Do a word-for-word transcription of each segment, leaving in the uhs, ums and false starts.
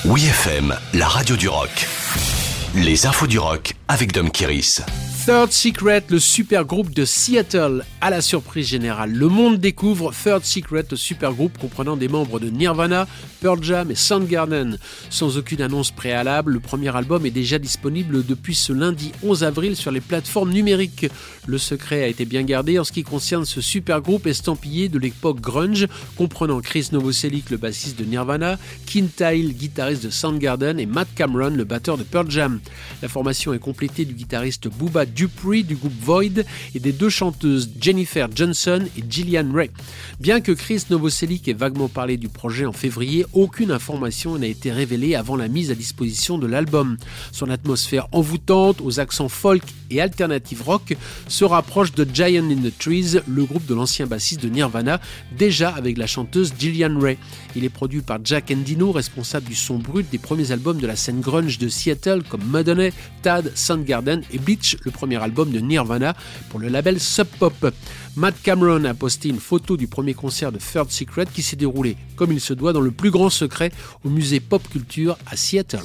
Oui F M, la radio du rock. Les infos du rock avec Dom Kiris. Third Secret, le super groupe de Seattle. À la surprise générale, le monde découvre Third Secret, le super groupe comprenant des membres de Nirvana, Pearl Jam et Soundgarden. Sans aucune annonce préalable, le premier album est déjà disponible depuis ce lundi onze avril sur les plateformes numériques. Le secret a été bien gardé en ce qui concerne ce super groupe estampillé de l'époque grunge, comprenant Chris Novoselic, le bassiste de Nirvana, Kim Thayil, guitariste de Soundgarden, et Matt Cameron, le batteur de Pearl Jam. La formation est complétée du guitariste Booba Dupree du groupe Void et des deux chanteuses Jennifer Johnson et Gillian Ray. Bien que Chris Novoselic ait vaguement parlé du projet en février, aucune information n'a été révélée avant la mise à disposition de l'album. Son atmosphère envoûtante, aux accents folk et alternative rock, se rapproche de Giant in the Trees, le groupe de l'ancien bassiste de Nirvana, déjà avec la chanteuse Gillian Ray. Il est produit par Jack Endino, responsable du son brut des premiers albums de la scène grunge de Seattle comme Mudhoney, Tad, Soundgarden et Bleach, le premier album de Nirvana pour le label Sub Pop. Matt Cameron a posté une photo du premier concert de Third Secret qui s'est déroulé, comme il se doit, dans le plus grand secret au musée Pop Culture à Seattle.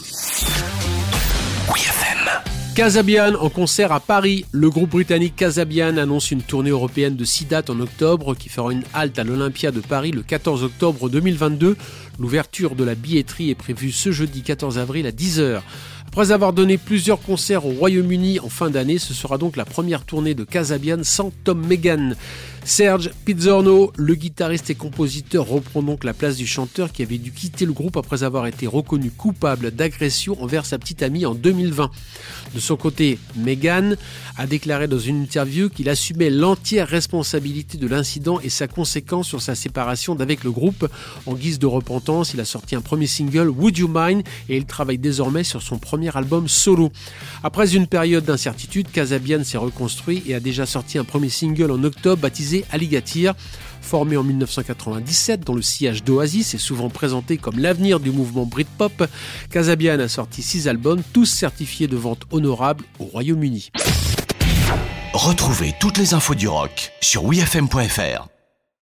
Oui F M. Kasabian en concert à Paris. Le groupe britannique Kasabian annonce une tournée européenne de six dates en octobre qui fera une halte à l'Olympia de Paris le quatorze octobre deux mille vingt-deux. L'ouverture de la billetterie est prévue ce jeudi quatorze avril à dix heures. Après avoir donné plusieurs concerts au Royaume-Uni en fin d'année, ce sera donc la première tournée de Kasabian sans Tom Megan. Serge Pizzorno, le guitariste et compositeur, reprend donc la place du chanteur qui avait dû quitter le groupe après avoir été reconnu coupable d'agression envers sa petite amie en deux mille vingt. De son côté, Megan a déclaré dans une interview qu'il assumait l'entière responsabilité de l'incident et sa conséquence sur sa séparation d'avec le groupe. En guise de repentance, il a sorti un premier single, Would You Mind, et il travaille désormais sur son premier album solo. Après une période d'incertitude, Kasabian s'est reconstruit et a déjà sorti un premier single en octobre baptisé Alligator. Formé en dix-neuf cent quatre-vingt-dix-sept dans le sillage d'Oasis et souvent présenté comme l'avenir du mouvement Britpop, Kasabian a sorti six albums, tous certifiés de vente honorable au Royaume-Uni. Retrouvez toutes les infos du rock sur oui f m point f r.